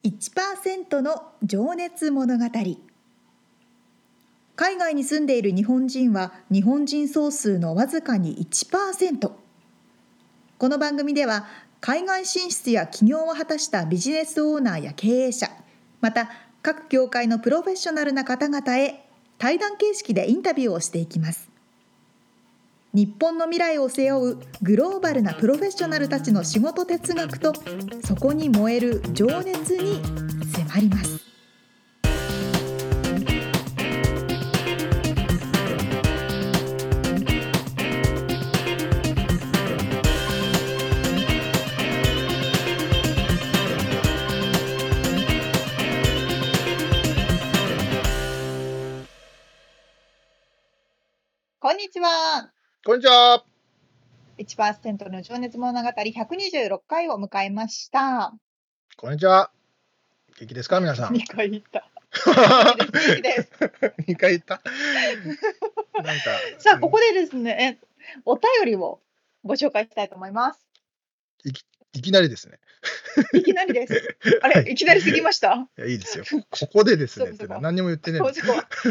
1% の情熱物語。海外に住んでいる日本人は日本人総数のわずかに 1%。この番組では海外進出や起業を果たしたビジネスオーナーや経営者、また各業界のプロフェッショナルな方々へ対談形式でインタビューをしていきます。日本の未来を背負うグローバルなプロフェッショナルたちの仕事哲学とそこに燃える情熱に迫ります。こんにちは。 こんにちは。 1% の情熱物語126回を迎えました。 こんにちは。元気ですか皆さん。 2回言った。元気です。 2回言った。なんかさあ、ここでですね、お便りをご紹介したいと思います。 いきなりですね。 いきなりです。あれ、いきなりすぎました？ いや、いいですよ。ここでですねってのは何にも言ってねえの。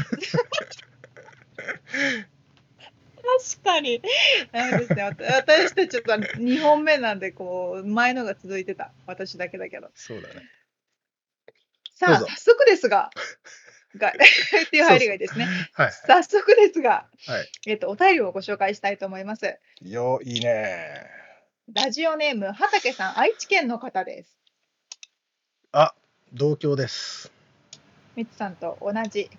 確かに。ですね、私たちは2本目なんで、こう、前のが続いてた。私だけだけど。 そうだね。 さあ、早速ですが、っていう入りがいいですね。 はい。 早速ですが、 はい。 お便りをご紹介したいと思います。 いいね。 ラジオネーム、畑さん、愛知県の方です。 あ、同郷です。 みつさんと同じ。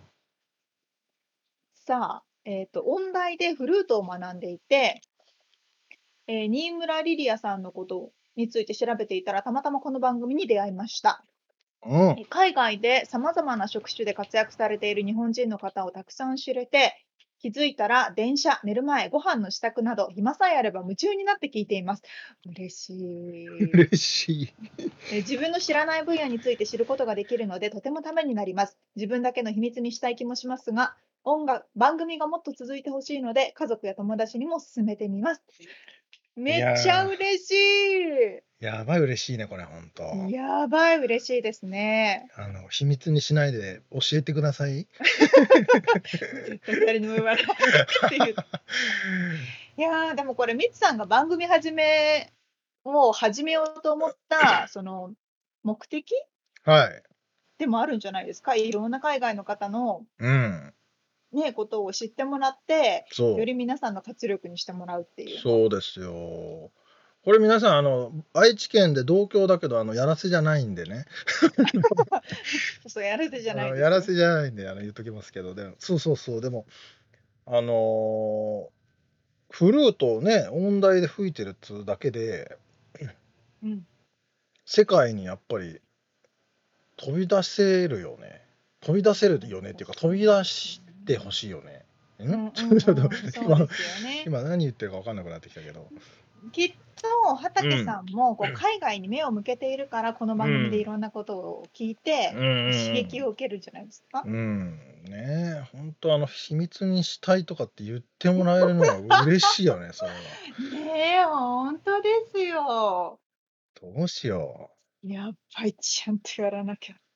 さあ、音大でフルートを学んでいて、新村リリアさんのことについて調べていたら、たまたまこの番組に出会いました。海外でさまざまな職種で活躍されている日本人の方をたくさん知れて、気づいたら電車、寝る前、ご飯の支度など、暇さえあれば夢中になって聞いています。嬉しい。 嬉しい。 自分の知らない分野について知ることができるので、とてもためになります。自分だけの秘密にしたい気もしますが、番組がもっと続いてほしいので、家族や友達にも勧めてみます。めっちゃ嬉しい。 やばい嬉しいね、これほんと。 やばい嬉しいですね。 秘密にしないで教えてください。 絶対誰にも言わないっていう。いやでもこれみつさんが番組始めようと思ったその目的、 はい、 でもあるんじゃないですか。いろんな海外の方の、ことを知ってもらって、より皆さんの活力にしてもらうっていう。 そうですよ。これ皆さん愛知県で同郷だけどやらせじゃないんでね。 そうやらせじゃないです、 やらせじゃないんで言っときますけど、でもでもフルートをね音大で吹いてるっつうだけで、世界にやっぱり飛び出せるよね。飛び出せるよねっていうか飛び出してほしいよね。今何言ってるか分かんなくなってきたけど。 きっと畑さんもこう海外に目を向けているから、この番組でいろんなことを聞いて、刺激を受けるんじゃないですか。 ねえ、本当秘密にしたいとかって言ってもらえるのは嬉しいよね、それは。ねえ、本当ですよ。 どうしよう。やっぱりちゃんとやらなきゃ。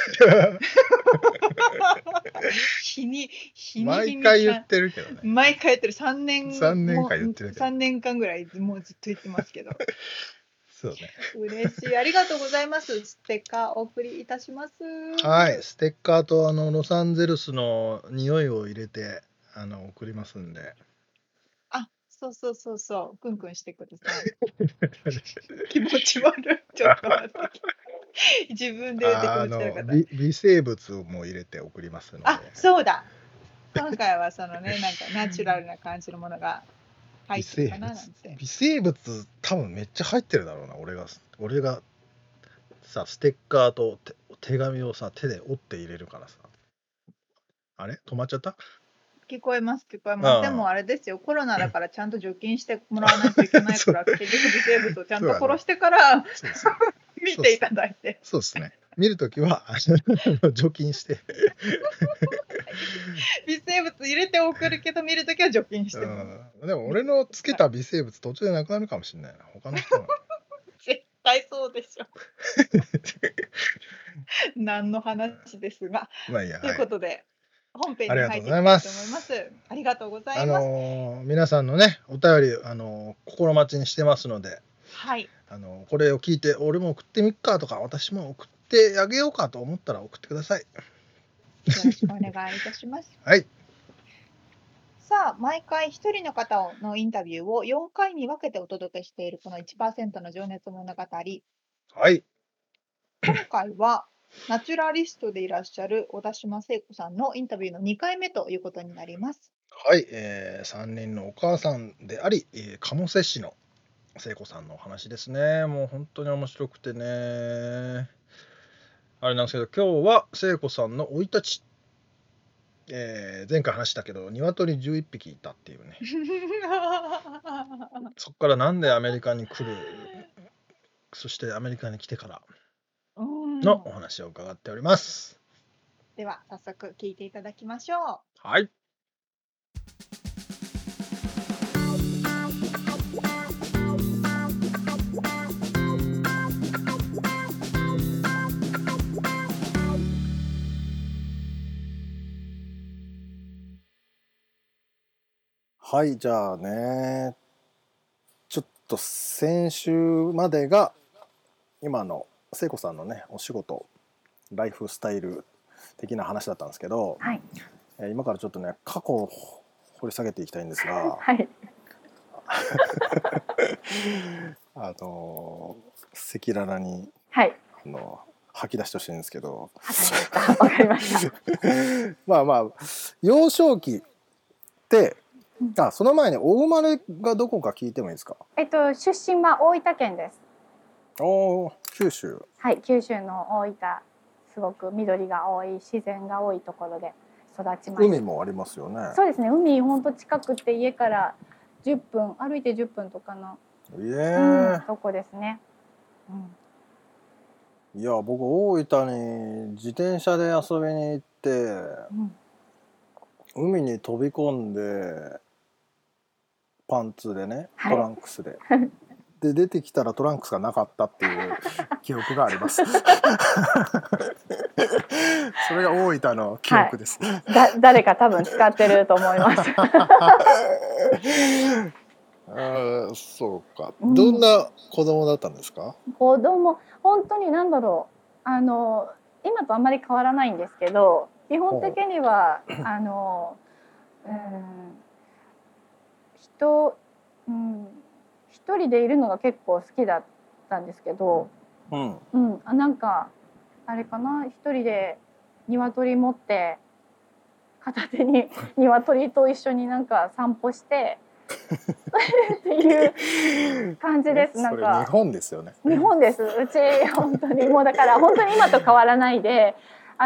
毎回言ってるけどね。 毎回言ってる。3年間言ってるけど。 3年間ぐらいもうずっと言ってますけど。 そうね。 嬉しい。ありがとうございます。ステッカーお送りいたします。 はい。ステッカーとロサンゼルスの匂いを入れて送りますんで。 あ、そう。クンクンしてください。気持ち悪い。ちょっと待って。自分で言って気持ち悪かった。 微生物も入れて送りますので。 あ、そうだ。今回はそのね、なんかナチュラルな感じのものが入ってるかななんて。 微生物多分めっちゃ入ってるだろうな。俺がさ、ステッカーと手紙をさ手で折って入れるからさ。あれ止まっちゃった？ 聞こえます。でもあれですよ、コロナだからちゃんと除菌してもらわないといけないから、結局微生物をちゃんと殺してから見ていただいて。 そうですね。見るときは除菌して微生物入れて送るけど、見るときは除菌して。 でも俺のつけた微生物途中でなくなるかもしれないな。他の人が絶対そうでしょ。 何の話ですが。 まあいいや、 というはい。 ことで、本編ありにがとうございま入っていきたいと思います。 す。 ありがとうございます。 皆さんのね、お便り、心待ちにしてますので、 はい。 これを聞いて、俺も送ってみっかとか、私も送ってあげようかと思ったら送ってください。 よろしくお願いいたします。 はい。 さあ、毎回一人の方のインタビューを4回に分けてお届けしているこの 1% の情熱物語。 はい。 今回はナチュラリストでいらっしゃる小田島聖子さんのインタビューの2回目ということになります。 はい、3人のお母さんであり、鴨瀬市の聖子さんのお話ですね。もう本当に面白くてね。あれなんですけど、今日は聖子さんの生い立ち、前回話したけど、鶏11匹いたっていうね。そこからなんでアメリカに来る、そしてアメリカに来てからのお話を伺っております。 では早速聞いていただきましょう。 はい。はい、じゃあね、ちょっと先週までが今の聖子さんのね、お仕事、ライフスタイル的な話だったんですけど、 はい。 今からちょっとね、過去を掘り下げていきたいんですが、 はい。 赤裸々にはい。 吐き出してほしいんですけど、 わかりました。 まあまあ幼少期ってその前にお生まれがどこか聞いてもいいですか？ 出身は大分県です。 おー、九州。 はい、九州の大分、すごく緑が多い、自然が多いところで育ちました。 海もありますよね。 そうですね、海ほんと近くって家から10分、歩いて10分とかの、とこですね。 いや、僕大分に自転車で遊びに行って、海に飛び込んでパンツでね、トランクスで。で出てきたらトランクスがなかったっていう記憶があります。それが大分の記憶です。 誰か多分使ってると思います。 そうか。どんな子供だったんですか？ 子供、本当に何だろう、今とあんまり変わらないんですけど、基本的には一人でいるのが結構好きだったんですけど、なんかあれかな、一人で鶏持って片手に鶏と一緒になんか散歩してっていう感じです。なんかそれ日本ですよね。 日本です。うち本当にもうだから本当に今と変わらないで、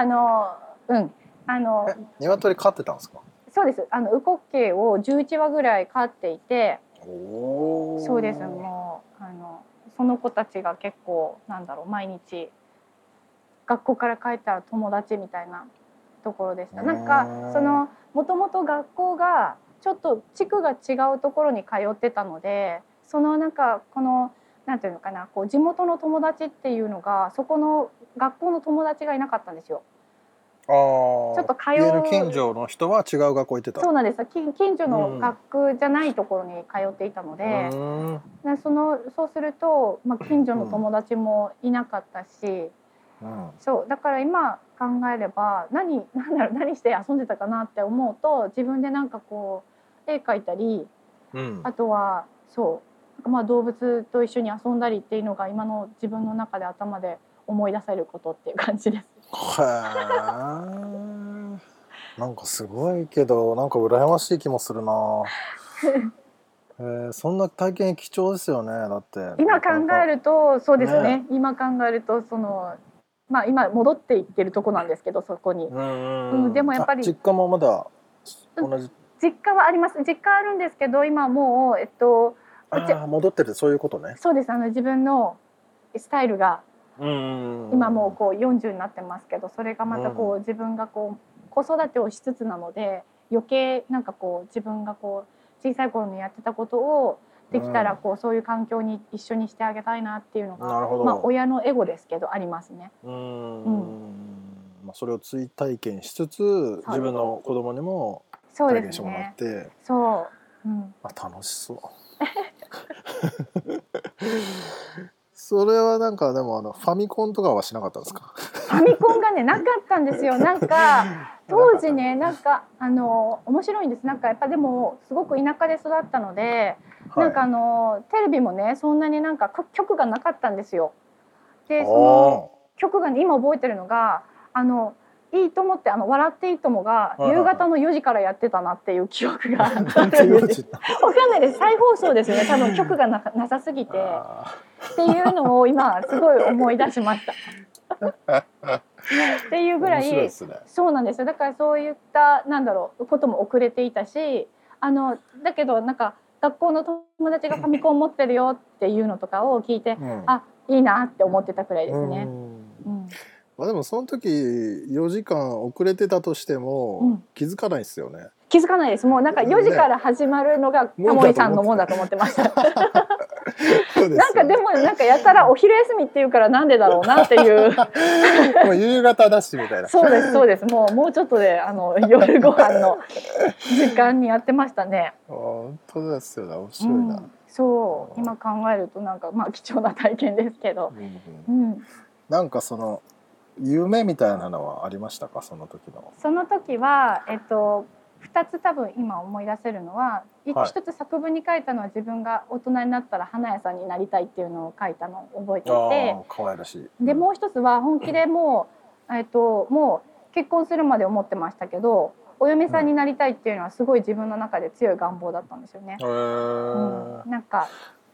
鶏飼ってたんですか？ そうです。ウコッケイを11羽ぐらい飼っていて、そうです。もうその子たちが結構なんだろう、毎日学校から帰ったら友達みたいなところでした。なんかもともと学校がちょっと地区が違うところに通ってたので、なんかなんていうのかな、こう地元の友達っていうのがそこの学校の友達がいなかったんですよ。ちょっと家の近所の人は違う学校行ってた。 そうなんです。近所の学区じゃないところに通っていたので、そうすると、近所の友達もいなかったし、そうだから今考えれば何して遊んでたかなって思うと、自分でなんかこう絵描いたり、あとは動物と一緒に遊んだりっていうのが今の自分の中で頭で思い出せることっていう感じです。 なんかすごいけど、なんか羨ましい気もするな。そんな体験貴重ですよね。だって今考えるとそうですね。今考えると今戻っていってるとこなんですけど、そこに。でもやっぱり実家もまだ同じ。 実家はあります。実家あるんですけど、今もう戻ってる、そういうことね。 そうです。自分のスタイルが今もうこう40になってますけど、それがまたこう自分がこう子育てをしつつなので、余計なんかこう自分がこう小さい頃にやってたことをできたらこうそういう環境に一緒にしてあげたいなっていうのが、 なるほど。 まあ親のエゴですけどありますね。 まあそれを追体験しつつ自分の子供にも体験してもらって、 そう、 あ、楽しそう。それはなんかでもファミコンとかはしなかったんですか？ ファミコンがねなかったんですよ。なんか当時ねなんか面白いんです。なんかやっぱでもすごく田舎で育ったので、なんかテレビもねそんなになんか曲がなかったんですよ。でその曲がね今覚えてるのがいいともって笑っていいともが夕方の4時からやってたなっていう記憶があるんです。わかんないです。再放送ですよね。多分曲がなさすぎてっていうのを今すごい思い出しました。っていうぐらい、そうなんですよ。だからそういったなんだろうことも遅れていたし、だけどなんか学校の友達がファミコン持ってるよっていうのとかを聞いて、あ、いいなって思ってたくらいですね。 まあでもその時4時間遅れてたとしても気づかないですよね。 気づかないです。もうなんか4時から始まるのがタモリさんのもんだと思ってました。なんかでもなんかやたらお昼休みっていうからなんでだろうなっていう。 もう夕方だしみたいな。 そうですそうです。もうちょっとで夜ご飯の時間にやってましたね。 本当ですよね。面白いな。 そう今考えるとなんかまあ貴重な体験ですけど。 なんかその夢みたいなのはありましたか、その時の。 その時は2つ多分今思い出せるのは、1つ作文に書いたのは自分が大人になったら花屋さんになりたいっていうのを書いたのを覚えていて、 可愛らしい。 でもう一つは本気でもう結婚するまで思ってましたけどお嫁さんになりたいっていうのはすごい自分の中で強い願望だったんですよね。なんか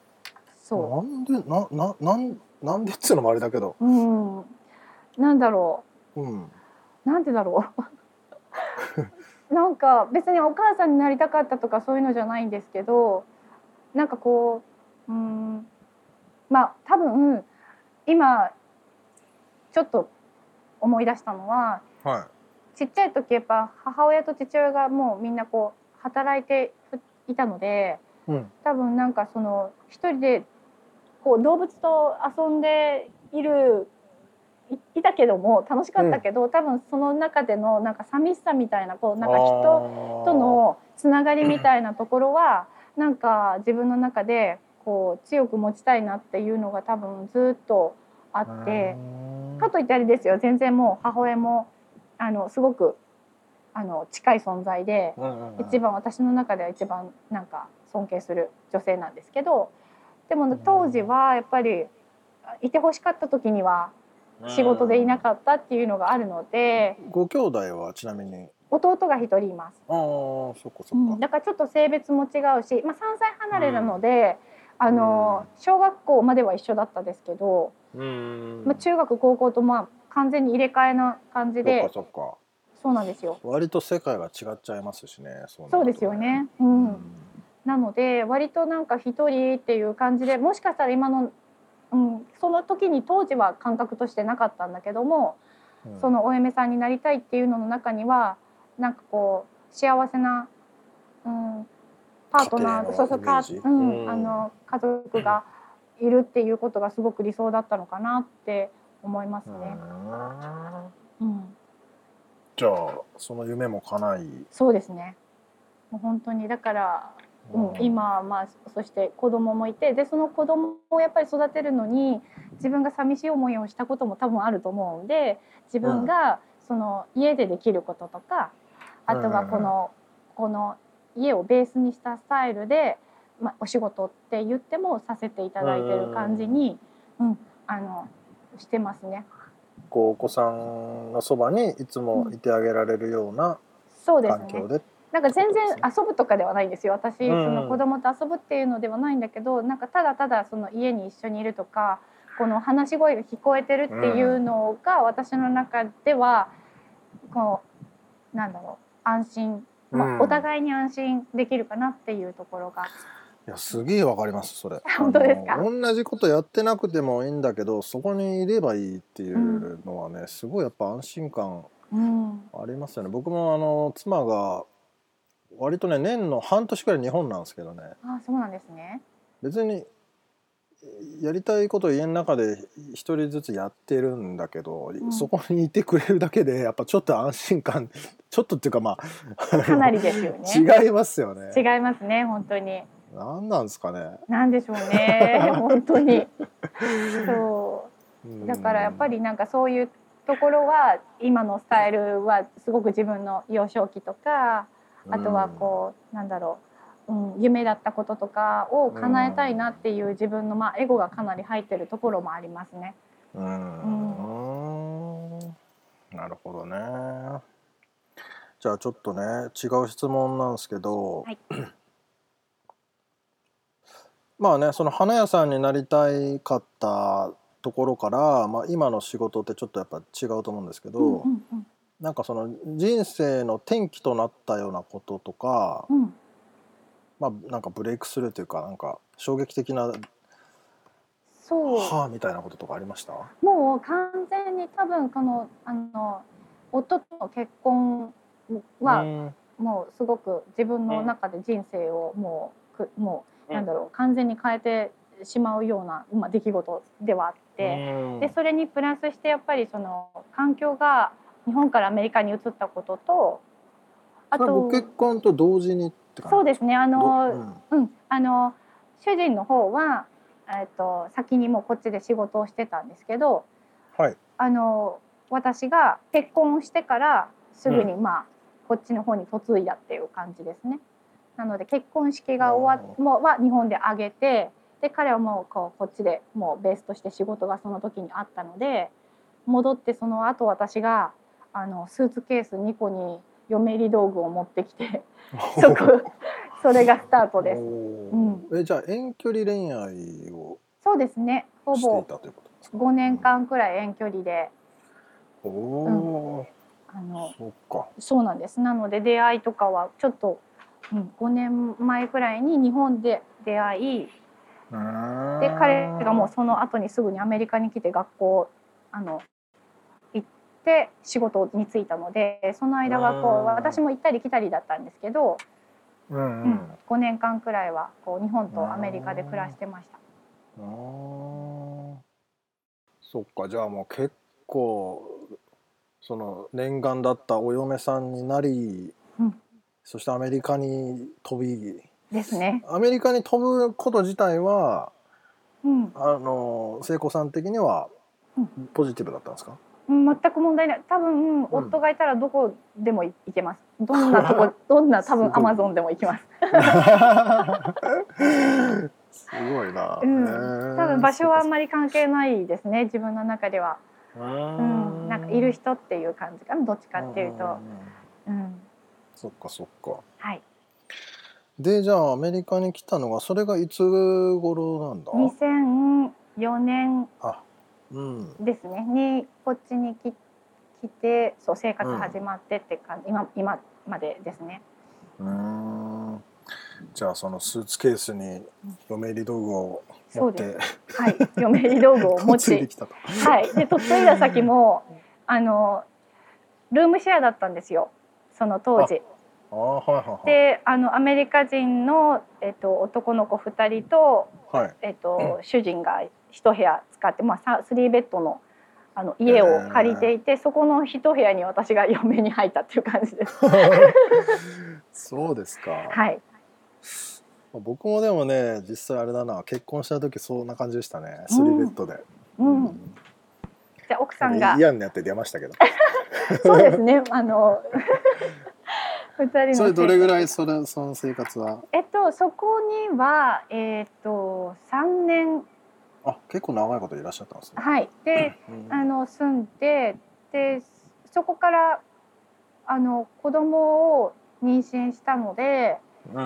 そうなんでっつうのもあれだけど、 なんだろう、なんでだろうなんか別にお母さんになりたかったとかそういうのじゃないんですけど、なんかこうまあ多分今ちょっと思い出したのは、ちっちゃい時やっぱ母親と父親がもうみんなこう働いていたので、多分なんかその一人でこう動物と遊んでいたけども楽しかったけど、多分その中でのなんか寂しさみたいなこうなんか人とのつながりみたいなところはなんか自分の中でこう強く持ちたいなっていうのが多分ずっとあって、かといってあれですよ、全然もう母親もすごく近い存在で、一番私の中では一番なんか尊敬する女性なんですけど、でも当時はやっぱりいてほしかった時には仕事でいなかったっていうのがあるので。 ご兄弟はちなみに弟が一人います。 そっかそっか。 だからちょっと性別も違うし、まあ、3歳離れなので、小学校までは一緒だったですけど、まあ、中学高校とまあ完全に入れ替えな感じで。そうなんですよ。 割と世界が違っちゃいますしね。 そうですよね。なので割となんか一人っていう感じで、もしかしたら今の、その時に当時は感覚としてなかったんだけども、そのお嫁さんになりたいっていうのの中にはなんかこう幸せな、パートナー、家族がいるっていうことがすごく理想だったのかなって思いますね。 じゃあその夢も叶い。 そうですね。もう本当にだから、今はまあそして子供もいて、でその子供をやっぱり育てるのに自分が寂しい思いをしたことも多分あると思うんで、自分がその家でできることとか、あとはこの家をベースにしたスタイルで、お仕事って言ってもさせていただいてる感じに、してますね。 こうお子さんのそばにいつもいてあげられるような環境で。 なんか全然遊ぶとかではないんですよ。私その子供と遊ぶっていうのではないんだけど、なんかただただその家に一緒にいるとか、この話し声が聞こえてるっていうのが私の中ではこうなんだろう、安心、お互いに安心できるかなっていうところが。 いやすげえわかりますそれ。 本当ですか。 同じことやってなくてもいいんだけど、そこにいればいいっていうのはね、すごいやっぱ安心感ありますよね。僕も妻が割とね年の半年くらい日本なんですけどね。 そうなんですね。 別にやりたいことを家の中で一人ずつやってるんだけど、そこにいてくれるだけでやっぱちょっと安心感、ちょっとっていうかまあかなりですよね。 違いますよね。 違いますね、本当に。 何なんですかね。 なんでしょうね、本当に。そうだからやっぱりなんかそういうところは今のスタイルはすごく自分の幼少期とか、あとはこうなんだろう、夢だったこととかを叶えたいなっていう自分のエゴがかなり入ってるところもありますね。 なるほどね。じゃあちょっとね違う質問なんですけど、はい、まあねその花屋さんになりたいかったところから、今の仕事ってちょっとやっぱ違うと思うんですけど、なんかその人生の転機となったようなこととか、なんかブレイクスルーというかなんか衝撃的なみたいなこととかありました？ もう完全に多分この夫との結婚はもうすごく自分の中で人生をもうなんだろう完全に変えてしまうような出来事ではあって、でそれにプラスしてやっぱりその環境が日本からアメリカに移ったことと、 あとご結婚と同時にって感じ？ そうですね。主人の方は先にもうこっちで仕事をしてたんですけど、 はい、 私が結婚してからすぐにこっちの方に嫁いだっていう感じですね。なので結婚式が終わは日本で挙げて、で彼はもうこっちでもうベースとして仕事がその時にあったので戻って、その後私がスーツケース2個に嫁入り道具を持ってきてそれがスタートです。 じゃあ遠距離恋愛をそうですね、ほぼしていたということですか ？5年間くらい遠距離で。 そっか。 そうなんです。なので出会いとかはちょっと、5年前くらいに日本で出会い、で彼がもうその後にすぐにアメリカに来て学校行って仕事に就いたので、その間は私も行ったり来たりだったんですけど、5年間くらいは日本とアメリカで暮らしてました。 そっか。じゃあもう結構その念願だったお嫁さんになり、そしてアメリカに飛びですね。 アメリカに飛ぶこと自体は、聖子さん的にはポジティブだったんですか？ 全く問題ない。多分、夫がいたらどこでも行けます。どんなとこ多分アマゾンでも行きます。 すごいな。 多分場所はあんまり関係ないですね、自分の中では。なんかいる人っていう感じかな、どっちかっていうと。 そっかそっか。 はい。 でじゃあアメリカに来たのがそれがいつ頃なんだ ？2004年ですね、にこっちに来て生活始まってって感じ、今までですね。 じゃあそのスーツケースに嫁入り道具を持って、 はい、嫁入り道具を持ちで嫁いだ先もルームシェアだったんですよ、その当時。でアメリカ人の、男の子2人と、主人が1部屋使って、3ベッドの家を借りていて、そこの1部屋に私が嫁に入ったっていう感じです。 そうですか。 はい。 僕もでもね実際あれだな、結婚した時そんな感じでしたね、3ベッドで。 じゃあ奥さんが嫌になって出ましたけど。 そうですね。2人のそれどれぐらいその生活は？ そこには3年。 結構長いこといらっしゃったんですね。 はい。で、住んで、でそこから子供を妊娠したので、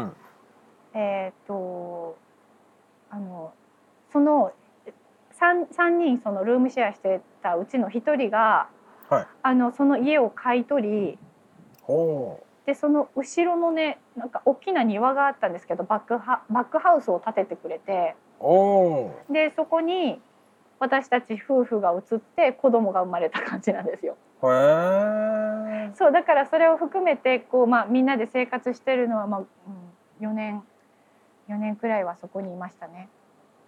その3人そのルームシェアしてたうちの1人が、その家を買い取り、でその後ろのねなんか大きな庭があったんですけど、バックハウスを建ててくれて、でそこに私たち夫婦が移って子供が生まれた感じなんですよ。そうだからそれを含めてみんなで生活してるのは4年 4年くらいはそこにいましたね。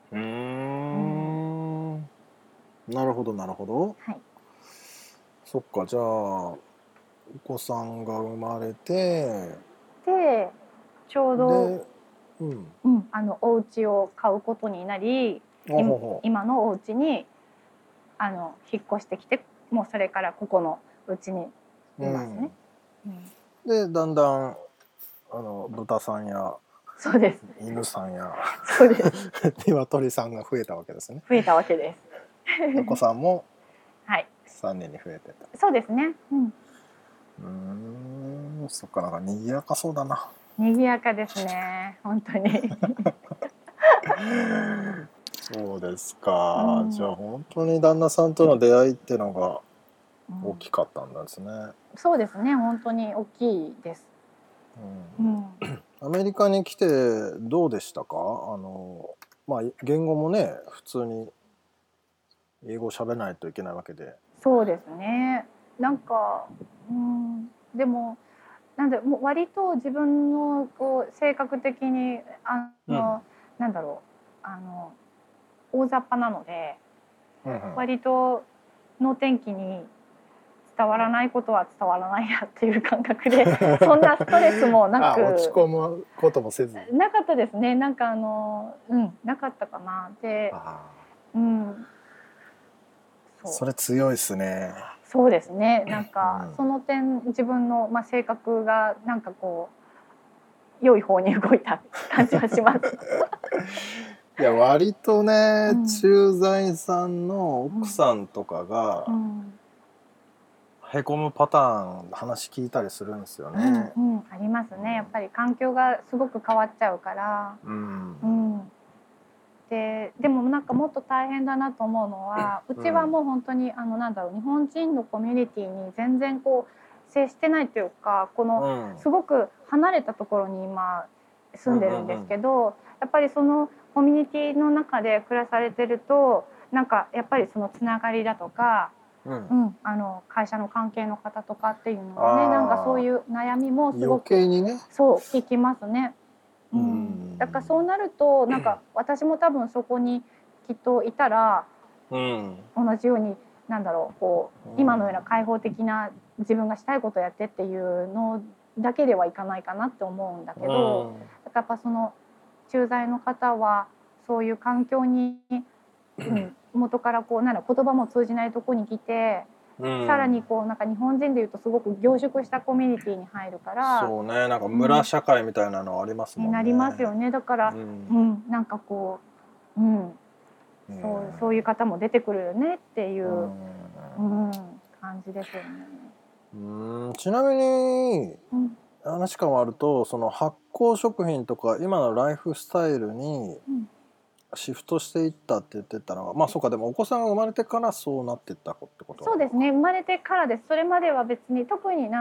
なるほどなるほど。 はい。 そっか、じゃあお子さんが生まれて、 でちょうどで、 お家を買うことになり、今のお家に引っ越してきて、もうそれからここのうちにいますね。 でだんだん豚さんやそうです犬さんやそうです鶏さんが増えたわけですね。 増えたわけです。 お子さんもはい 3年に増えてた。 そうですね。 そっか、なんか賑やかそうだな。 賑やかですね、本当に。 そうですか、じゃあ本当に旦那さんとの出会いってのが大きかったんですね。 そうですね、本当に大きいです。 アメリカに来てどうでしたか？言語もね、普通に英語を喋らないといけないわけで。 そうですね。なんか、でももう割と自分のこう性格的になんだろう、大雑把なので、割と能天気に伝わらないことは伝わらないやっていう感覚でそんなストレスもなく落ち込むこともせずなかったですね。なんかなかったかなで、 それ強いですね。 そうですね。なんかその点自分の性格がなんかこう良い方に動いた感じはします。 いや割とね、駐在さんの奥さんとかがへこむパターン話聞いたりするんですよね。 ありますね。やっぱり環境がすごく変わっちゃうから。でもなんかもっと大変だなと思うのは、うちはもう本当に日本人のコミュニティに全然こう接してないというか、このすごく離れたところに今住んでるんですけど、やっぱりそのコミュニティの中で暮らされてると、なんかやっぱりそのつながりだとか、会社の関係の方とかっていうのはね、なんかそういう悩みもすごく余計にね、 そう聞きますね。だからそうなるとなんか私も多分そこにきっといたら、同じようにこう今のような開放的な自分がしたいことをやってっていうのだけではいかないかなって思うんだけど、だからやっぱその駐在の方はそういう環境に、元からこう言葉も通じないとこに来て。さらにこうなんか日本人でいうとすごく凝縮したコミュニティに入るから、 そうね、なんか村社会みたいなのありますもんね。 になりますよね。だから、なんかこう、そういう方も出てくるよねっていう、感じですよね。 ちなみに、話変わると、その発酵食品とか今のライフスタイルにシフトしていったって言ってたのは、そうか、でもお子さんが生まれてからそうなっていったってこと？ そうですね、生まれてからです。それまでは別に特に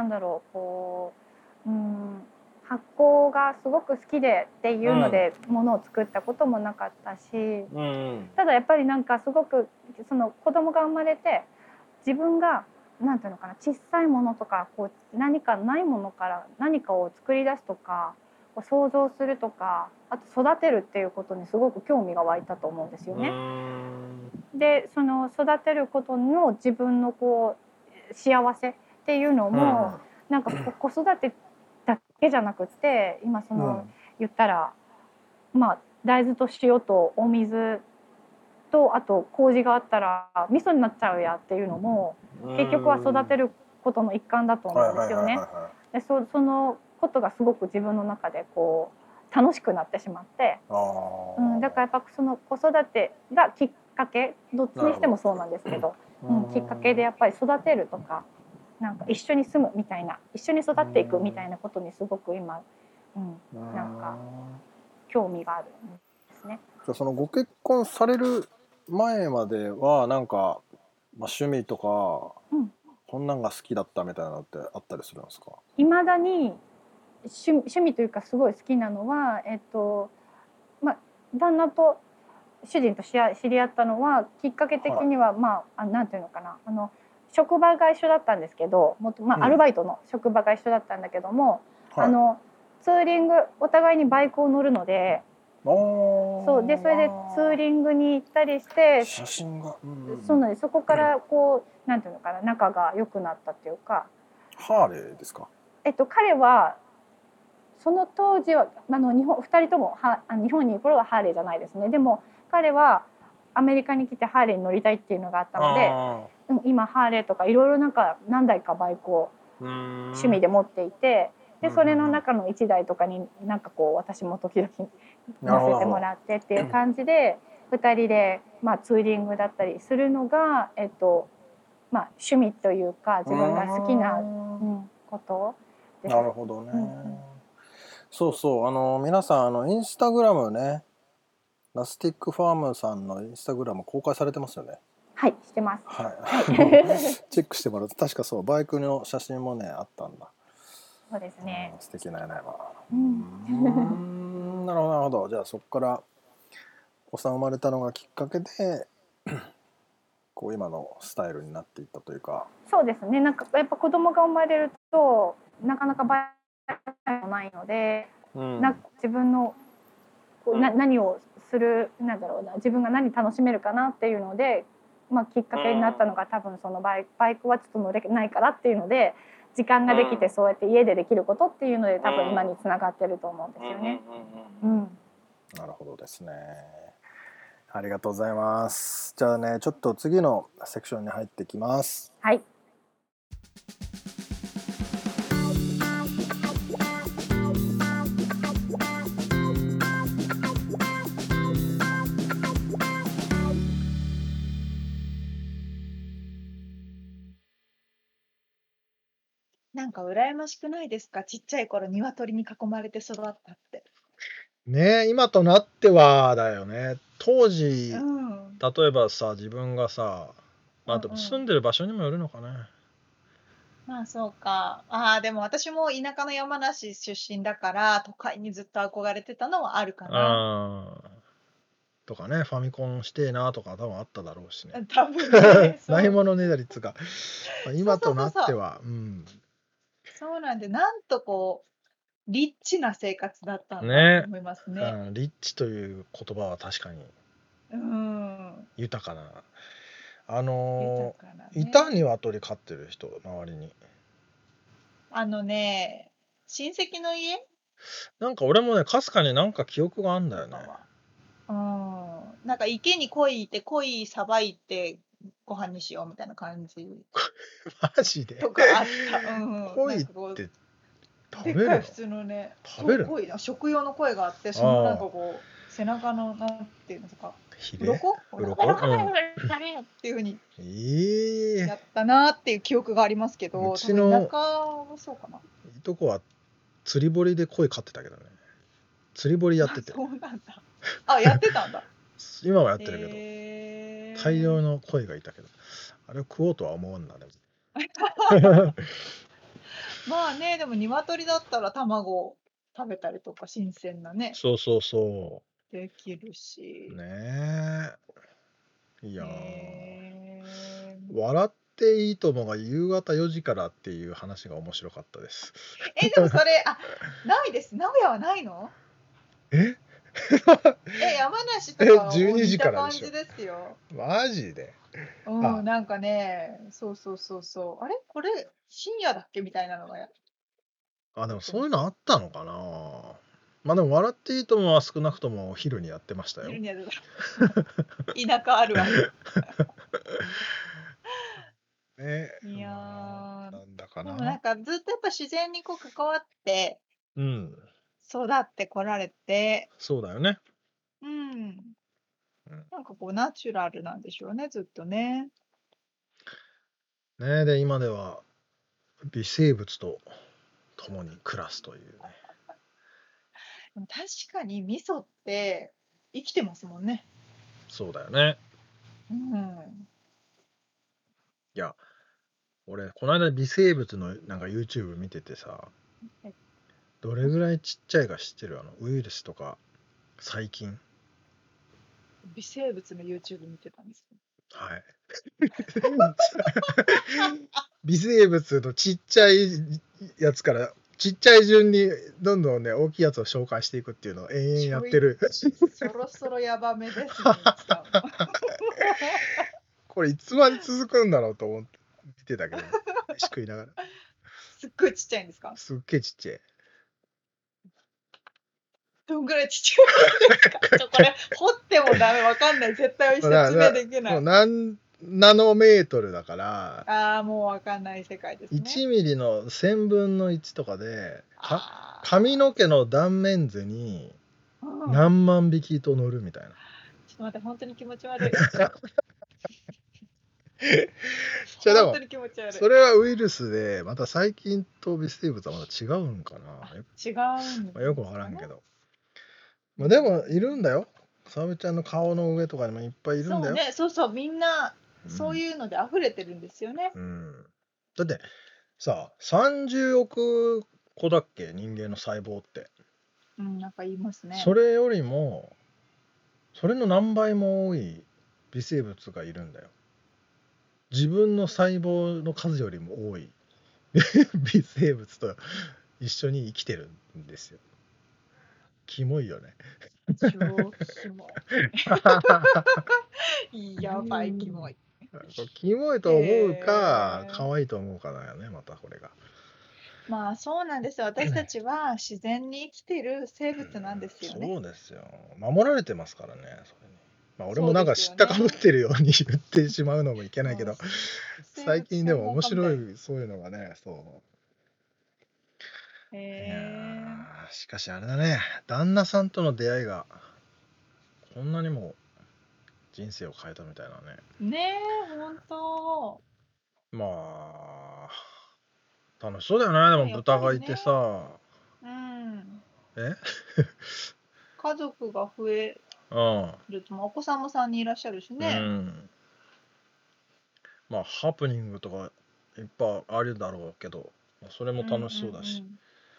発酵がすごく好きでっていうのでものを作ったこともなかったし、ただやっぱりなんかすごくその子供が生まれて自分がなんていうのかな、小さいものとかこう何かないものから何かを作り出すとか想像するとか、あと育てるっていうことにすごく興味が湧いたと思うんですよね。でその育てることの自分のこう幸せっていうのも、なんか子育てだけじゃなくて今その、言ったら大豆と塩とお水とあと麹があったら味噌になっちゃうやっていうのも結局は育てることの一環だと思うんですよね。でそのことがすごく自分の中でこう楽しくなってしまって、だからやっぱその子育てがきっかけ、どっちにしてもそうなんですけど、きっかけでやっぱり育てるとか、なんか一緒に住むみたいな、一緒に育っていくみたいなことにすごく今、なんか興味があるんですね。 じゃあそのご結婚される前まではなんか、趣味とか、こんなんが好きだったみたいなのってあったりするんですか？ 未だに趣味というかすごい好きなのは、旦那と主人と知り合ったのはきっかけ的には、なんていうのかな、職場が一緒だったんですけど、アルバイトの職場が一緒だったんだけども、ツーリングお互いにバイクを乗るので、 そうでそれでツーリングに行ったりして写真が、 そうなんです。そこからこうなんていうのかな、仲が良くなったっていうか。 ハーレーですか？ 彼はその当時は2人とも日本にいる頃はハーレーじゃないですね。でも彼はアメリカに来てハーレーに乗りたいっていうのがあったので、今ハーレーとかいろいろなんか何台かバイクを趣味で持っていて、でそれの中の1台とかになんかこう私も時々乗せてもらってっていう感じで2人でツーリングだったりするのが趣味というか自分が好きなことです。 なるほどね。そうそう、皆さんインスタグラムね、ラスティックファームさんのインスタグラム公開されてますよね。 はい、してます。 はい。チェックしてもらうと確かそうバイクの写真もねあったんだ。 そうですね。 素敵な屋根は。なるほどなるほど。じゃあそこからお子さん生まれたのがきっかけでこう今のスタイルになっていったというか。 そうですね。なんかやっぱ子供が生まれるとなかなかバイクもないので、自分の何をするなんだろうな、自分が何楽しめるかなっていうので、きっかけになったのが多分そのバイクはちょっと乗れないからっていうので時間ができて、そうやって家でできることっていうので多分今につながってると思うんですよね。 なるほどですね。ありがとうございます。じゃあね、ちょっと次のセクションに入ってきます。 はい。 なんか羨ましくないですか？ちっちゃい頃鶏に囲まれて育ったって。 ね、今となってはだよね。当時、例えばさ、自分がさ、でも住んでる場所にもよるのかね。 そうか。でも私も田舎の山梨出身だから都会にずっと憧れてたのはあるかな。 とかね、ファミコンしてえなとか多分あっただろうしね。 多分ね。 ないものねだりっつうか、今となっては、 そうなんで、なんとこうリッチな生活だったんだと思いますね。 リッチという言葉は確かに豊かな。いた鶏飼ってる人周りに。 親戚の家？ なんか俺もね、かすかになんか記憶があんだよね。 なんか池に鯉いて鯉さばいてご飯にしようみたいな感じ。 マジで？ とかあった。 鯉って食べるの？ でっかい普通のね、 食べるの？ 鯉、食用の鯉があって、そのなんかこう背中のなんていうのとか、鱗っていう風にやったなっていう記憶がありますけど、 うちの田舎はそうかな。 いとこは釣り堀で鯉飼ってたけどね。釣り堀やってて。 そうなんだ。やってたんだ。 今はやってるけど、大量の鯉がいたけど、あれを食おうとは思わんなでも。 でも鶏だったら卵食べたりとか新鮮なね。 そうできるし。 ねえ。いや笑っていいともが夕方4時からっていう話が面白かったです。 でもそれないです。名古屋はないの？山梨とか 12時から感じですよ。 マジで？ なんかね、そう。あれこれ深夜だっけみたいなのがでもそういうのあったのかな。でも笑っていいともは少なくともお昼にやってましたよ。 田舎あるある。 いやなんだかな。 でもなんかずっとやっぱ自然にこう関わって育ってこられて、 そうだよね。 なんかこうナチュラルなんでしょうね、ずっとね。 で今では微生物と共に暮らすというね。 でも確かに味噌って生きてますもんね。 そうだよね。いや俺この間微生物のなんか YouTube 見ててさ、どれぐらいちっちゃいか知ってる？ウイルスとか細菌。 微生物の YouTube 見てたんですよ。 はい。微生物のちっちゃいやつからちっちゃい順にどんどんね大きいやつを紹介していくっていうのを延々やってる。 そろそろやばめですね。 これいつまで続くんだろうと思って見てたけど、飯食いながら。 すっごいちっちゃいんですか？ すっげえちっちゃい。 どんぐらいちっちゃいんですか？これ掘ってもダメ、わかんない。絶対説明できない。 何ナノメートルだから、 ああ、もうわかんない世界ですね。 1ミリの1000分の1とかで、髪の毛の断面図に何万匹と乗るみたいな。 ちょっと待って、本当に気持ち悪い。 じゃあでも本当に気持ち悪い。 それはウイルスで、また細菌と微生物はまた違うんかな。 違うんですね。 よくわからんけど。まあ、でもいるんだよ。沙織ちゃんの顔の上とかにもいっぱいいるんだよ。 そうね、そうそう、みんなそういうので溢れてるんですよね。 だってさ、30億個だっけ、人間の細胞って。 なんか言いますね。 それよりも、それの何倍も多い微生物がいるんだよ。自分の細胞の数よりも多い微生物と一緒に生きてるんですよ。キモいよね。 超キモい。やばい、キモい。 キモいと思うか、可愛いと思うかだよね、またこれが。 まあそうなんですよ。私たちは自然に生きている生物なんですよね。 そうですよ。守られてますからね。それにまあ、俺もなんか知ったかぶってるように言ってしまうのもいけないけど、最近でも面白いそういうのがね、そう。いやしかしあれだね、旦那さんとの出会いがこんなにも人生を変えたみたいなね。 ねえ、ほんと。 まあ楽しそうだよね。でも豚がいてさ、 家族が増えると、お子さんも3人いらっしゃるしね。 まあハプニングとかいっぱいあるだろうけど、それも楽しそうだし。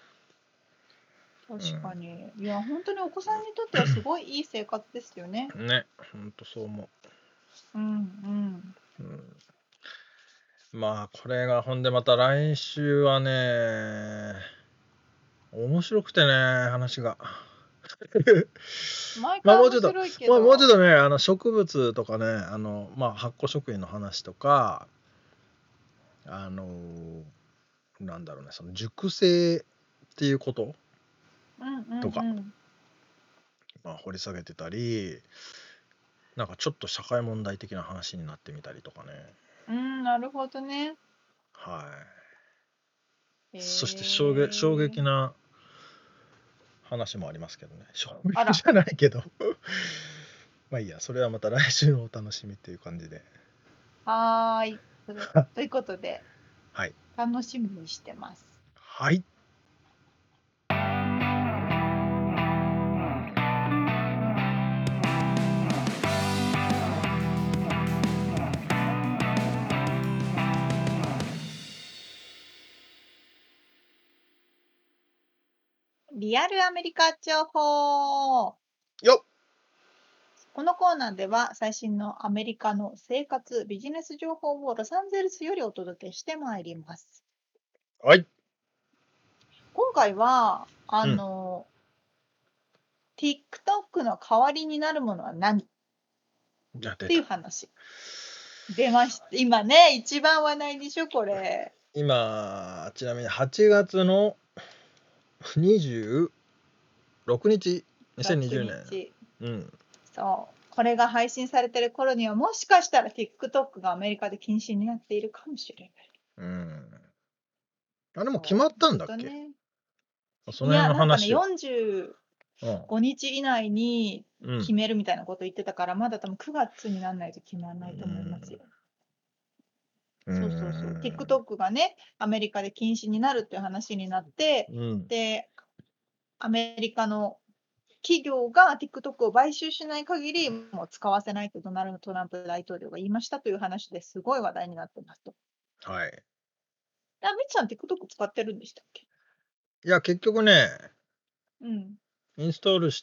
確かに。いや、本当にお子さんにとってはすごいいい生活ですよね。 ね、本当そう思う。まあこれがほんでまた来週はね、面白くてね、話が。 毎回面白いけど、 もうちょっとね、植物とかね、発酵食品の話とか、なんだろうね、その熟成っていうこととか、掘り下げてたり、なんかちょっと社会問題的な話になってみたりとかね。 なるほどね。 はい。そして衝撃な話もありますけどね。衝撃じゃないけど。まあいいや、それはまた来週のお楽しみっていう感じで。 はい。ということで、 はい。 楽しみにしてます。 はい。 リアルアメリカ情報よっ。 このコーナーでは最新のアメリカの生活、ビジネス情報をロサンゼルスよりお届けしてまいります。 はい。 今回は、TikTok の代わりになるものは何っていう話。出ました。今ね、一番話題でしょ、これ。 今、ちなみに8月の26日、2020年。 そう。これが配信されてる頃には、もしかしたら TikTok がアメリカで禁止になっているかもしれない。 あれも決まったんだっけ？ その辺の話。いや、なんかね、45日以内に決めるみたいなこと言ってたから、まだ多分9月にならないと決まらないと思いますよ。そうそうそう。TikTok がね、アメリカで禁止になるっていう話になって、で、アメリカの企業が TikTok を買収しない限り、もう使わせないとドナルド・トランプ大統領が言いましたという話ですごい話題になってますと。 はい。 みつさん TikTok 使ってるんでしたっけ？ いや、結局ね、インストールして、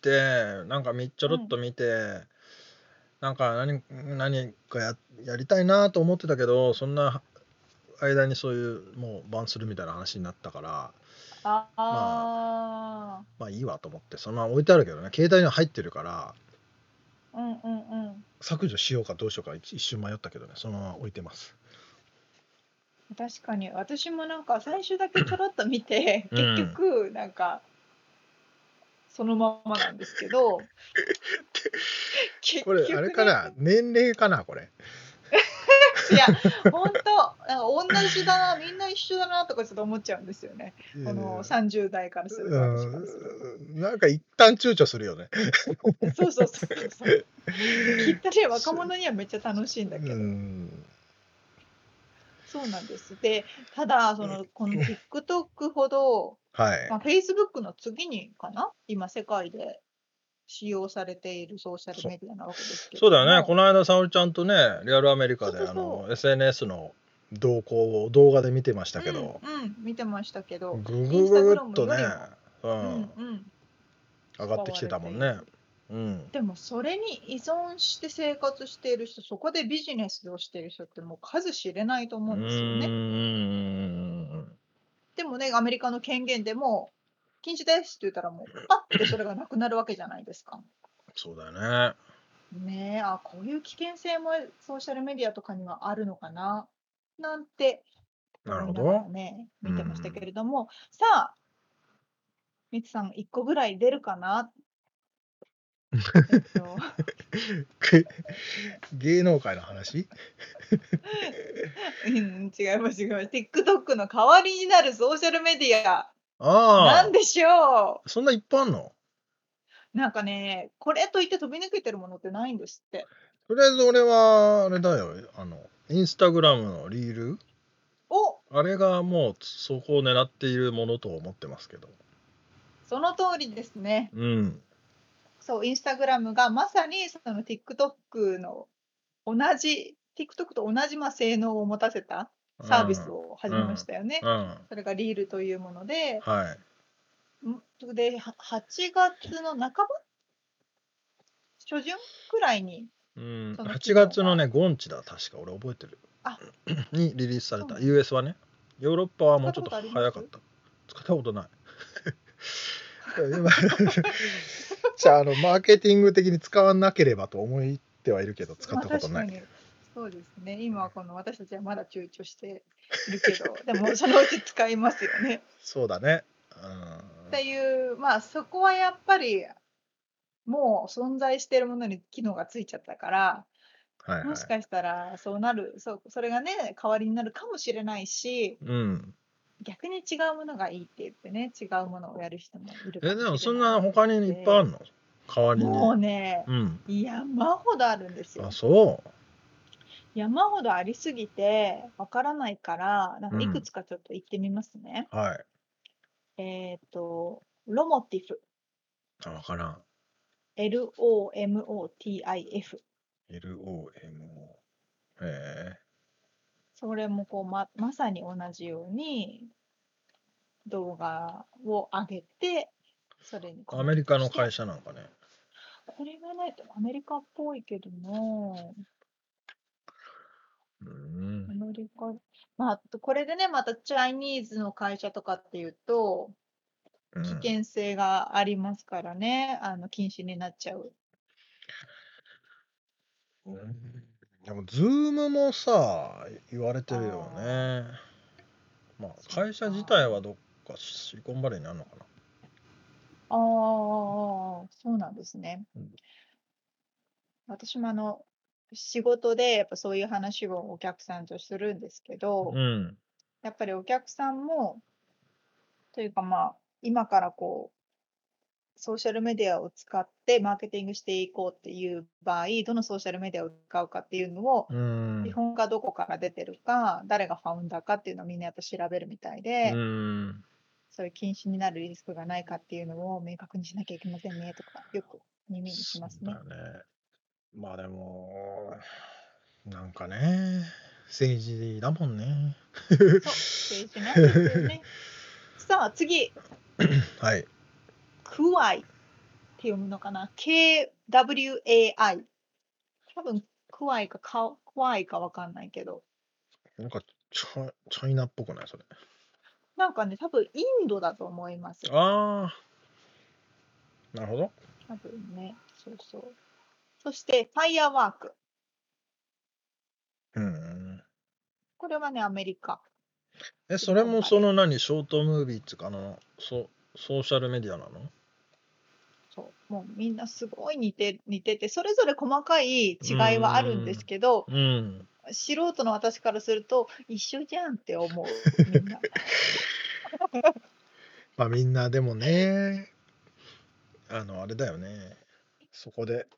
なんかちょろっと見て、なんか何かやりたいなと思ってたけど、そんな間にそういうもうバンするみたいな話になったから、 まああいいわと思ってそのまま置いてあるけどね、携帯には入ってるからあ、うんうんうん。 削除しようかどうしようか一瞬迷ったけどね、そのまま置いてます。 確かに私もなんか最初だけちょろっと見て、結うん局なんかそのままなんですけど、結これあれ局ね、 かな、年齢かなこれ。 いや、本当なんか同じだな、みんな一緒だなとかちょっと思っちゃうんですよね。この30代からすると、私からすると。 なんか一旦躊躇するよね。 そうそうそうそう。きっとね、若者にはめっちゃ楽しいんだけど。そうなんです。で、ただ、この TikTok ほど、 はいまあ、Facebook の次にかな、今世界で使用されているソーシャルメディアなわけですけれそうだよね。こども、 の間沙織ちゃんとね、リアルアメリカでそうそうそ SNS の動向を動画で見てましたけど、 見てましたけど、 ググインスタグググラムっとね、 よりも、 上がってきてたもんね。 でもそれに依存して生活している人、そこでビジネスをしている人ってもう数知れないと思うんですよね。でもね、アメリカの権限でも、禁止ですって言ったらもう、パッてそれがなくなるわけじゃないですか。 そうだよね。 ねえ、こういう危険性もソーシャルメディアとかにはあるのかな、なんてなるほ思いながらど。 ね、見てましたけれども、さあ、みつさん、1個ぐらい出るかな。 芸能界の話うん、違います、違います。TikTok の代わりになるソーシャルメディア、なんあでしょあ、そんないっぱいあんの？ う。なんかね、これといって飛び抜けてるものってないんですって。 とりあえず俺はあれだよ、インスタグラムのリール、 お、 あれがもうそこを狙っているものと思ってますけど。 その通りですね。 うん。 そう、インスタグラムがまさにその TikTok のTikTok と同じ性能を持たせたサービスを始めましたよね。それがリールというもので、 はい。 で、8月の半ば初旬くらいに、 8月のね、ゴンチだ、確か俺覚えてる。にリリースされた。US はね。ヨーロッパはもうちょっと早かった。使ったことない。じゃあ、マーケティング的に使わなければと思ってはいるけど、使ったことない。 確かにそうですね。今この私たちはまだ躊躇しているけど、でもそのうち使いますよね。 そうだね。 っていう、まあそこはやっぱりもう存在しているものに機能がついちゃったから、もしかしたらそうなる、それがね、代わりになるかもしれないし、逆に違うものがいいって言ってね、違うものをやる人もいるかもしれない。 でもそんな他にいっぱいあるの？代わりに。 もうね、山ほどあるんですよ。 あ、そう。 山ほどありすぎてわからないから、なんかいくつかちょっと言ってみますね。 はい。 ロモティフ。 わからん。 LOMOTIF。 LOMO。へえ。 それもこうまさに同じように動画を上げて、それにアメリカの会社なんかね。 これがね、アメリカっぽいけどな。アメリカ、まあ、これでね、またチャイニーズの会社とかっていうと、危険性がありますからね、禁止になっちゃう。 でも、ズームもさ、言われてるよね。まあ、会社自体はどっかシリコンバレーにあるのかな。 ああ、そうなんですね。私も仕事でやっぱそういう話をお客さんとするんですけど、やっぱりお客さんも、というかまあ、今からこう、ソーシャルメディアを使ってマーケティングしていこうっていう場合、どのソーシャルメディアを使うかっていうのを、基本がどこから出てるか、誰がファウンダーかっていうのをみんなやっぱ調べるみたいで、そういう禁止になるリスクがないかっていうのを明確にしなきゃいけませんねとか、よく耳にしますね。 まあでも、なんかね、政治だもんね。 そう、政治なんですよね。さあ、次。 はい。 クワイって読むのかな ?KWAI。多分、クワイかクワイかわかんないけど。 なんかチャイナっぽくないそれ。 なんかね、多分インドだと思います。 ああ、なるほど。 多分ね。そうそう。そして、ファイヤーワーク。 うん。 これはね、アメリカ。 それもそシリコンバレー。 のショートムービーっていうかソーシャルメディアなの？ そう。もうみんなすごい似てて、それぞれ細かい違いはあるんですけど、 うん。 素人の私からすると、一緒じゃんって思う、みんな。 まあみんなでもね、あれだよね。そこで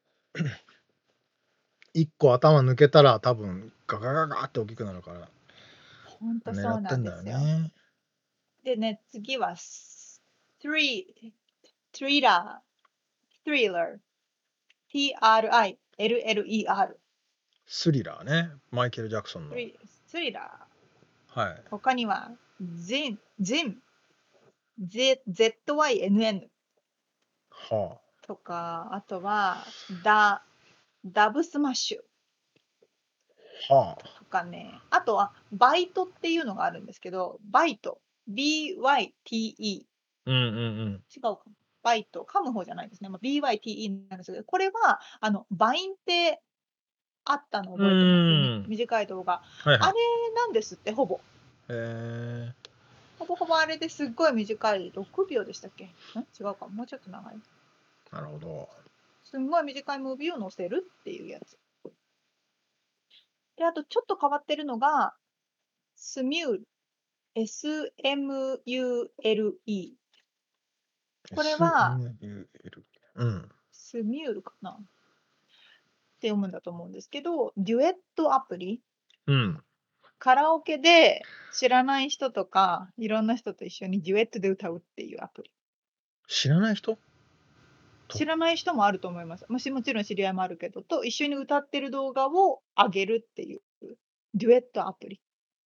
一個頭抜けたら多分ガガガガって大きくなるからほんと狙そうなんってんだよですよ。 ね。 でね、次は、トリラー。TRILLER。 スリラーね。マイケル・ジャクソンの。 スリラはい。 ー。他には、ZYNN はとか、あとは、ダブスマッシュあ。はあ。 とかね、あとは、バイトっていうのがあるんですけど、バイト。BYTE。 うんうん違うかも。バイト。噛む方じゃないですね。BYTE なんですけど、これは、バインってあったのうん。 覚えてます短い動画。 はいはい。 あれなんですって、ほぼ。 へえ。 ほぼほぼあれですっごい短い。6秒でしたっけ？違うか。もうちょっと長い。 なるほど。 すんごい短いムービーを載せるっていうやつ。で、あとちょっと変わってるのが、スミュール。SMULE。これは、 SMUL。うん。 スミュールかなって読むんだと思うんですけど、デュエットアプリ。 うん。 カラオケで知らない人とか、いろんな人と一緒にデュエットで歌うっていうアプリ。 知らない人？ 知らない人もあると思います。もちろん知り合いもあるけど、と一緒に歌ってる動画を上げるっていうデュエットアプリ。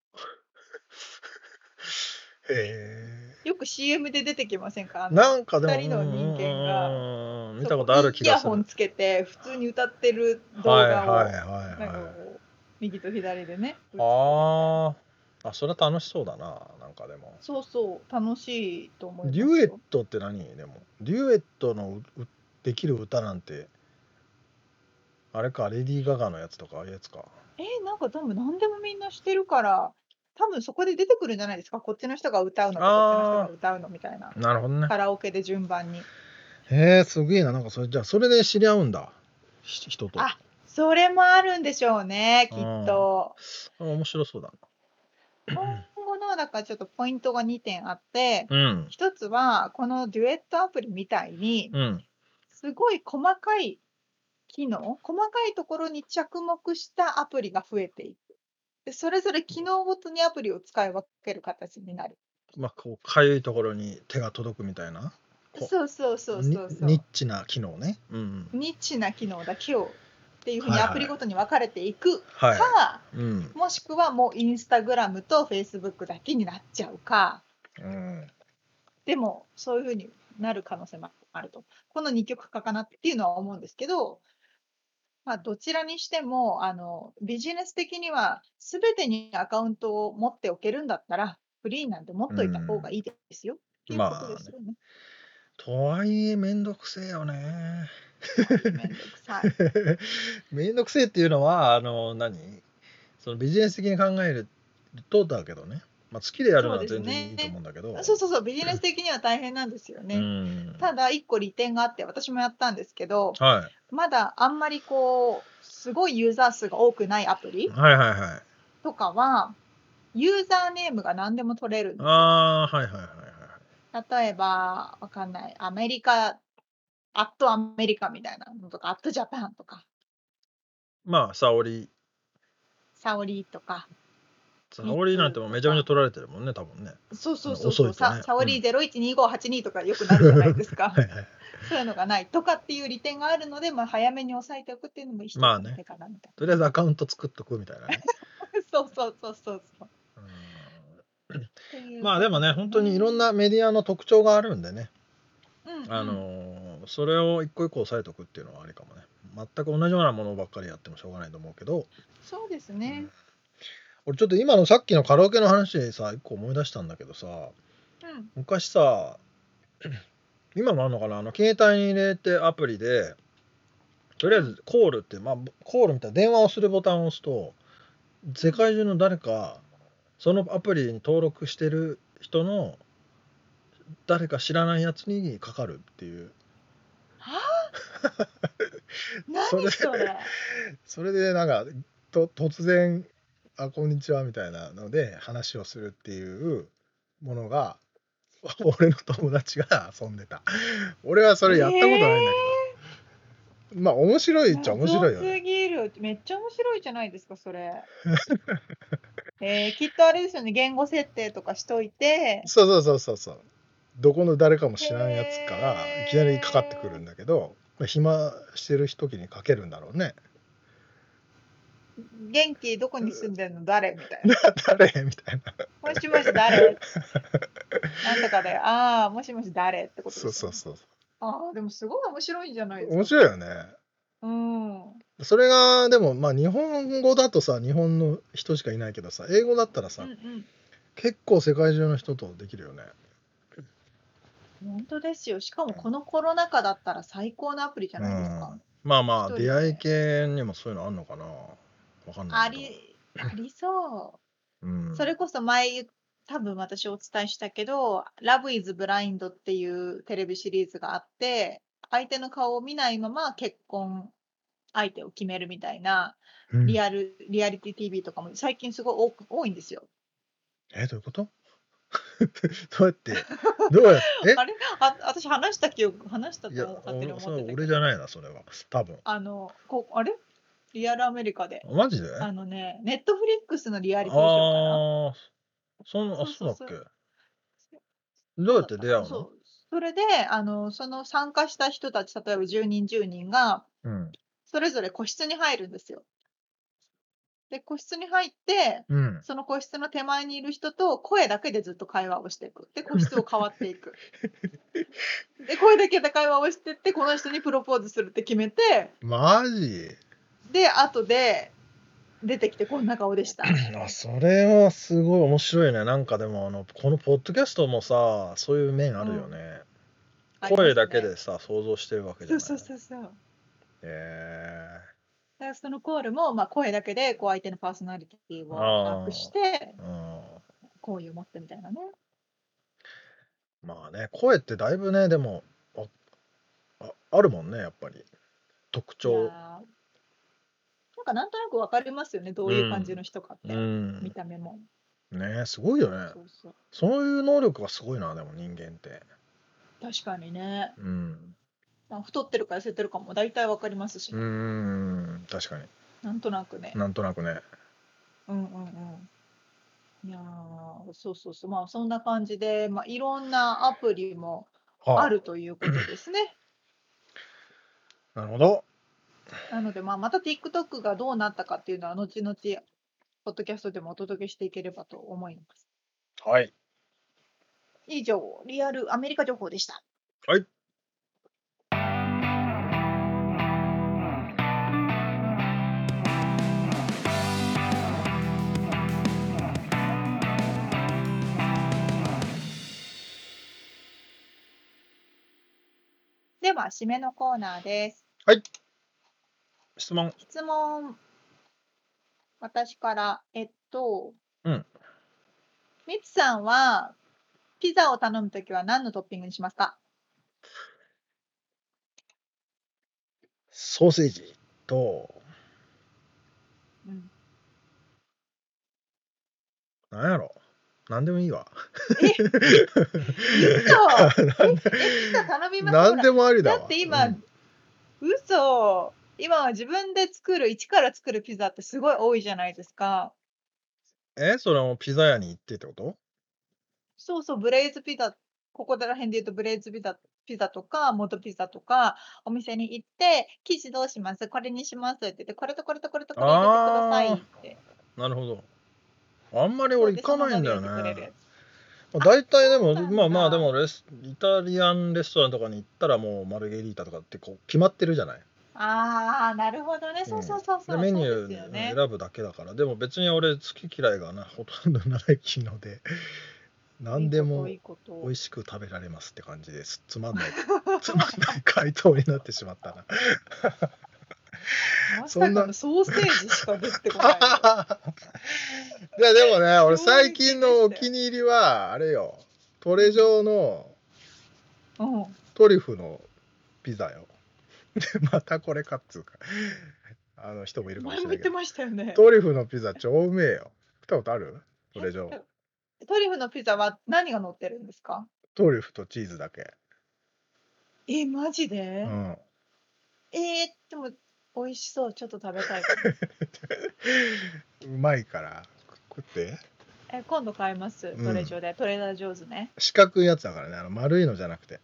へえ。 よく CM で出てきませんか？ なんかでも、 二人の人間が見たことある気イヤがする。 ホンつけて普通に歌ってる動画をはいはいはいなんかはい。 こう右と左でね、映ってるみたいな。 ああ、それは楽しそうだな、なんかでも。 そうそう、楽しいと思いデュエッますよ。 トって何？でも、デュエットのできる歌なんて、あれか、レディー・ガガのやつとか、ああいうやつか。 なんか多分何でもみんなしてるから、多分そこで出てくるんじゃないですか。こっちの人が歌うのとこっちの人があ歌うのみたいな。 あ、なるほどね。 カラオケで順番に。 へえ、すげえな。なんかそれ、じゃあ、それで知り合うんだ。人と。 あ、それもあるんでしょうね、きっと。 面白そうだ今後のだからちょっとポイントが2点あって、 な。うん。 1つはこのデュエットアプリみたいに、 うん。 すごい細かい機能、細かいところに着目したアプリが増えていく。で、それぞれ機能ごとにアプリを使い分ける形になる。 まあ、こう、かゆいところに手が届くみたいな。 そうそうそうそうそう。 ニッチな機能ね。うん。 ニッチな機能だけをっていうふうにはいはいアプリごとに分かれていくはいか、 うん。 もしくはもうインスタグラムとフェイスブックだけになっちゃうか、 うん。 でもそういうふうになる可能性もあると。この2極化かなっていうのは思うんですけど、まあ、どちらにしてもビジネス的には全てにアカウントを持っておけるんだったらフリーなんて持っといた方がいいですよっていうことですよね。 とはいえ、めんどくせえよね。 めんどくさい。 めんどくせえっていうのは、そのビジネス的に考えるとだけどね。まあ、好きでやるのは全然いいと思うんだけど。 そうそうそう、ビジネス的には大変なんですよね。ただ一個利点があって、私もやったんですけど、 はい。 まだあんまりこうすごいユーザー数が多くないアプリはいはいはい。 とかはユーザーネームが何でも取れるんですよ。 ああ、はいはいはいはい。 例えばわかんない、アメリカアメリカみたいなのとか、ジャパンとか、 まあ、沙織サオリとか、 なんてもうめちゃめちゃ取られてるもんね、多分ね。 そうそうそうそう、 遅いとね。 サオリ012582とかよくなるじゃないですか。 はいはい。 そういうのがないとかっていう利点があるので、まあ、早めに押さえておくっていうのも一つまあねの手かなみたいとりあえずアカウント作っとくみたいなね。 な。そうそうそうそうそう。っていうまあでもね、 こと本当にいろんなメディアの特徴があるんでね、 うんそれを一個一個押さえとくっていうのはありかもね。全く同じようなものばっかりやってもしょうがないと思うけど、 そうですね。 俺ちょっと今のさっきのカラオケの話でさ、一個思い出したんだけどさ、昔さ、今もあるのかな、携帯に入れてアプリで、とりあえずコールって、コールみたいな電話をするボタンを押すと、世界中の誰か、そのアプリに登録してる人の誰か知らないやつにかかるっていう。 はあ何それそれでなんか突然「あこんにちは」みたいなので話をするっていうものが俺の友達が遊んでた。俺はそれやったことないんだけど、まあ面白いっちゃ面白いよ謎すね。 ぎる。めっちゃ面白いじゃないですかそれ。きっとあれですよね、言語設定とかしといて。 そうどこの誰かも知らんやつからいきなりかかってくるんだけど、暇してる時にかけるんだろうね。 元気どこに住んでんの誰みたいな。 誰みたいな。 もしもし誰なんとかで、ああ、もしもし誰ってことですよね。 そうああ、でもすごい面白いんじゃないですか。 面白いよね。それがでも日本語だとさ、日本の人しかいないけどさ、英語だったらさ、結構世界中の人とできるよね。 本当ですよ。しかもこのコロナ禍だったら最高のアプリじゃないですか。 出会い系にもそういうのあんのかな、わかんないけど。 ありそう。それこそ前多分私お伝えしたけど、Love is Blind っていうテレビシリーズがあって、相手の顔を見ないまま結婚相手を決めるみたいなリアリティ TV とかも最近すごい多いんですよ。 どういうことどうやってあれ私話したと勝手に思ってたけど。 俺じゃないな、それは。多分。 あれリアルアメリカで。 マジでネットフリックスのリアリティショーかな。 そうだっけ。どうやって出会うの？ それでその参加した人たち、例えば10人が、それぞれ個室に入るんですよ。で個室に入って、その個室の手前にいる人と声だけでずっと会話をしていく。で個室を変わっていく。で声だけで会話をしてってこの人にプロポーズするって決めて。 マジで後で出てきてこんな顔でした。 それはすごい面白いね。なんかでもこのポッドキャストもさ、そういう面あるよね。声だけでさ、想像してるわけじゃない。 そう。そのコールも、声だけで相手のパーソナリティを把握して好意を持ってみたいなね。 声ってだいぶね、でもあるもんね、やっぱり特徴。 なんとなく分かりますよね、どういう感じの人かって、見た目もね。すごいよね。そういう能力がすごいな、でも人間って。確かにね。太ってるか痩せてるかも大体分かりますし、 確かに。 なんとなくね。いやそう。そんな感じで、いろんなアプリもあるということですね。 なるほど。 なので、また TikTok がどうなったかっていうのは後々ポッドキャストでもお届けしていければと思います。 はい。 以上、リアルアメリカ情報でした。 はい。 では締めのコーナーです。 はい。質問。 私からみつさんはピザを頼むときは何のトッピングにしますか？ ソーセージと、なんやろ、なんでもいいわ。 ピザ頼みます。 なんでもありだわ。 だって今、嘘。今は自分で一から作るピザってすごい多いじゃないですか。 それもピザ屋に行ってってこと？ そう、ブレイズピザ、ここら辺で言うとブレイズピザとか元ピザとかお店に行って生地どうします？これにしますって言って、これとこれとこれとこれ入れてくださいって。 なるほど。あんまり俺行かないんだよね。大体でもでもイタリアンレストランとかに行ったらもうマルゲリータとかって決まってるじゃない。 ああ、なるほどね。そうそうそうそう。 でメニュそうですよね。 ー選ぶだけだから。でも別に俺好き嫌いがほとんどないので何でもいいこと美味しく食べられますって感じです。つまんない回答になってしまったな。 まさかのソーセージしか出てこないよ。 いやでもね、俺最近のお気に入りはあれよ、トレジョーのトリュフのピザよ。でまたこれかっつうか人もいるかもしれないけど、 前も言ってましたよね。 トリュフのピザ超うめえよ。食ったことある？トレジョー。 トリュフのピザは何が乗ってるんですか？ トリュフとチーズだけ。 マジで？ うん。 でも美味しそう。ちょっと食べたいかも。 うまいから食って。 今度買います。トレジョーで、トレーダージョーズね。 四角いやつだからね、丸いのじゃなくて。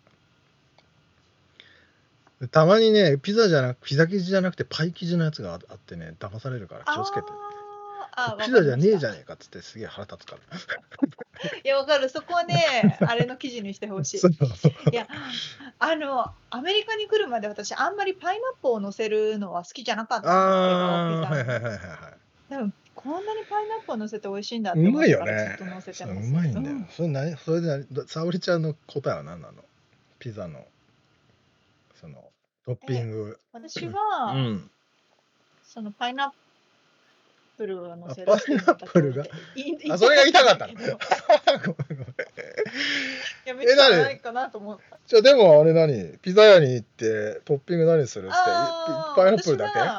たまにね、ピザ生地じゃなくてパイ生地のやつがあってね、騙されるから気をつけて。ピザじゃねえじゃねえかっつってすげえ腹立つから。 いや、わかる。そこはね、あれの生地にしてほしい。いや、アメリカに来るまで私あんまりパイナップルを乗せるのは好きじゃなかったんですけど、ピザに。でもこんなにパイナップルを乗せて美味しいんだって思ってからずっと乗せてます。 うまいんだよ。それで沙織ちゃんの答えは何なの？ピザのそのトッピング。 私は、そのパイナップルを乗せる。 パイナップルがそれが言いたかったの。ごめんごめん。いやめてないかなと思った。 じゃあでもあれ何？ピザ屋に行ってトッピング何するってパイナップルだけ？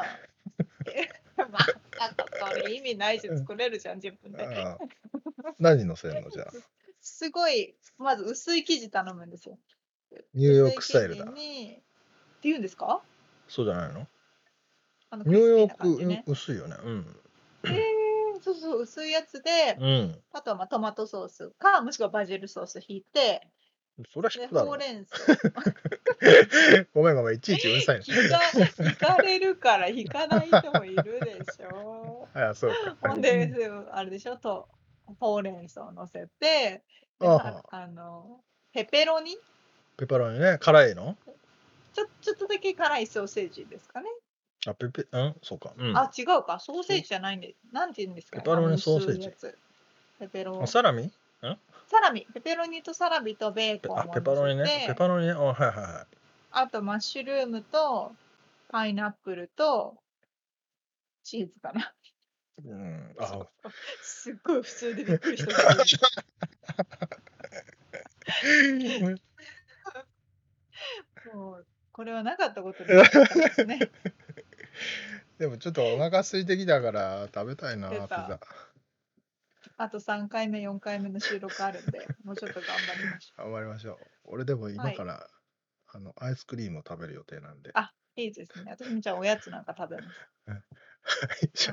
それ意味ないし作れるじゃん自分で。 何乗せるのじゃあ？ すごいまず薄い生地頼むんですよ。 ニューヨークスタイルだ。 っていうんですか？ そうじゃないの？ニューヨーク薄いよね。 そうそう薄いやつで、あとはトマトソースかもしくはバジルソース引いて、 それは引くだろ。 ほうれん草。 ごめんいちいちうるさい。 引かれるから引かない人もいるでしょ。 そうか。 ほんであれでしょとほうれん草を乗せて、ペペロニね、辛いの？ ちょっとだけ辛いソーセージですかね。 そうか。 違うか、ソーセージじゃないんで、なんて言うんですかね。 ペペロニソーセージ。サラミ？ ペペロニとサラミとベーコンを乗せて。 ペパロニね。ペパロニね。 あとマッシュルームとパイナップルとチーズかな。すっごい普通でびっくりした。もうこれはなかったことですね。 でもちょっとお腹空いてきたから食べたいなピザ。 あと3回目4回目の収録あるんで、もうちょっと頑張りましょう。 頑張りましょう。俺でも今から、アイスクリームを食べる予定なんで。 いいですね。私もじゃあおやつなんか食べます。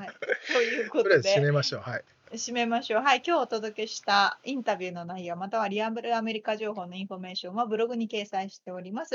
はい。 ということで締めましょう。はい。 締めましょう。はい、今日お届けしたインタビューの内容またはリアルアメリカ情報のインフォメーションはブログに掲載しております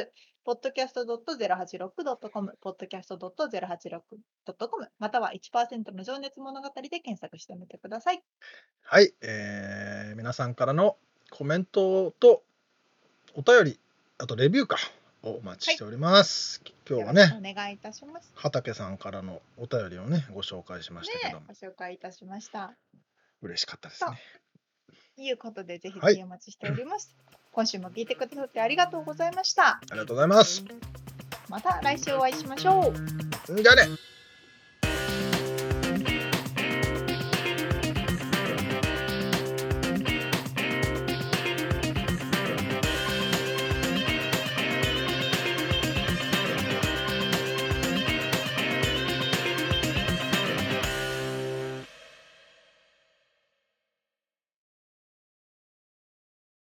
。podcast.086.com、podcast.086.com、または 1% の情熱物語で検索してみてください。 はい、皆さんからのコメントとお便り、あとレビューかをお待ちしております。今日はね、 お願いいたします。 畑さんからのお便りをねご紹介しましたけども、 ご紹介いたしました。 嬉しかったですね。 ということでぜひお待ちしております。今週も聞いてくださってありがとうございました。 ありがとうございます。 また来週お会いしましょう。 じゃあね。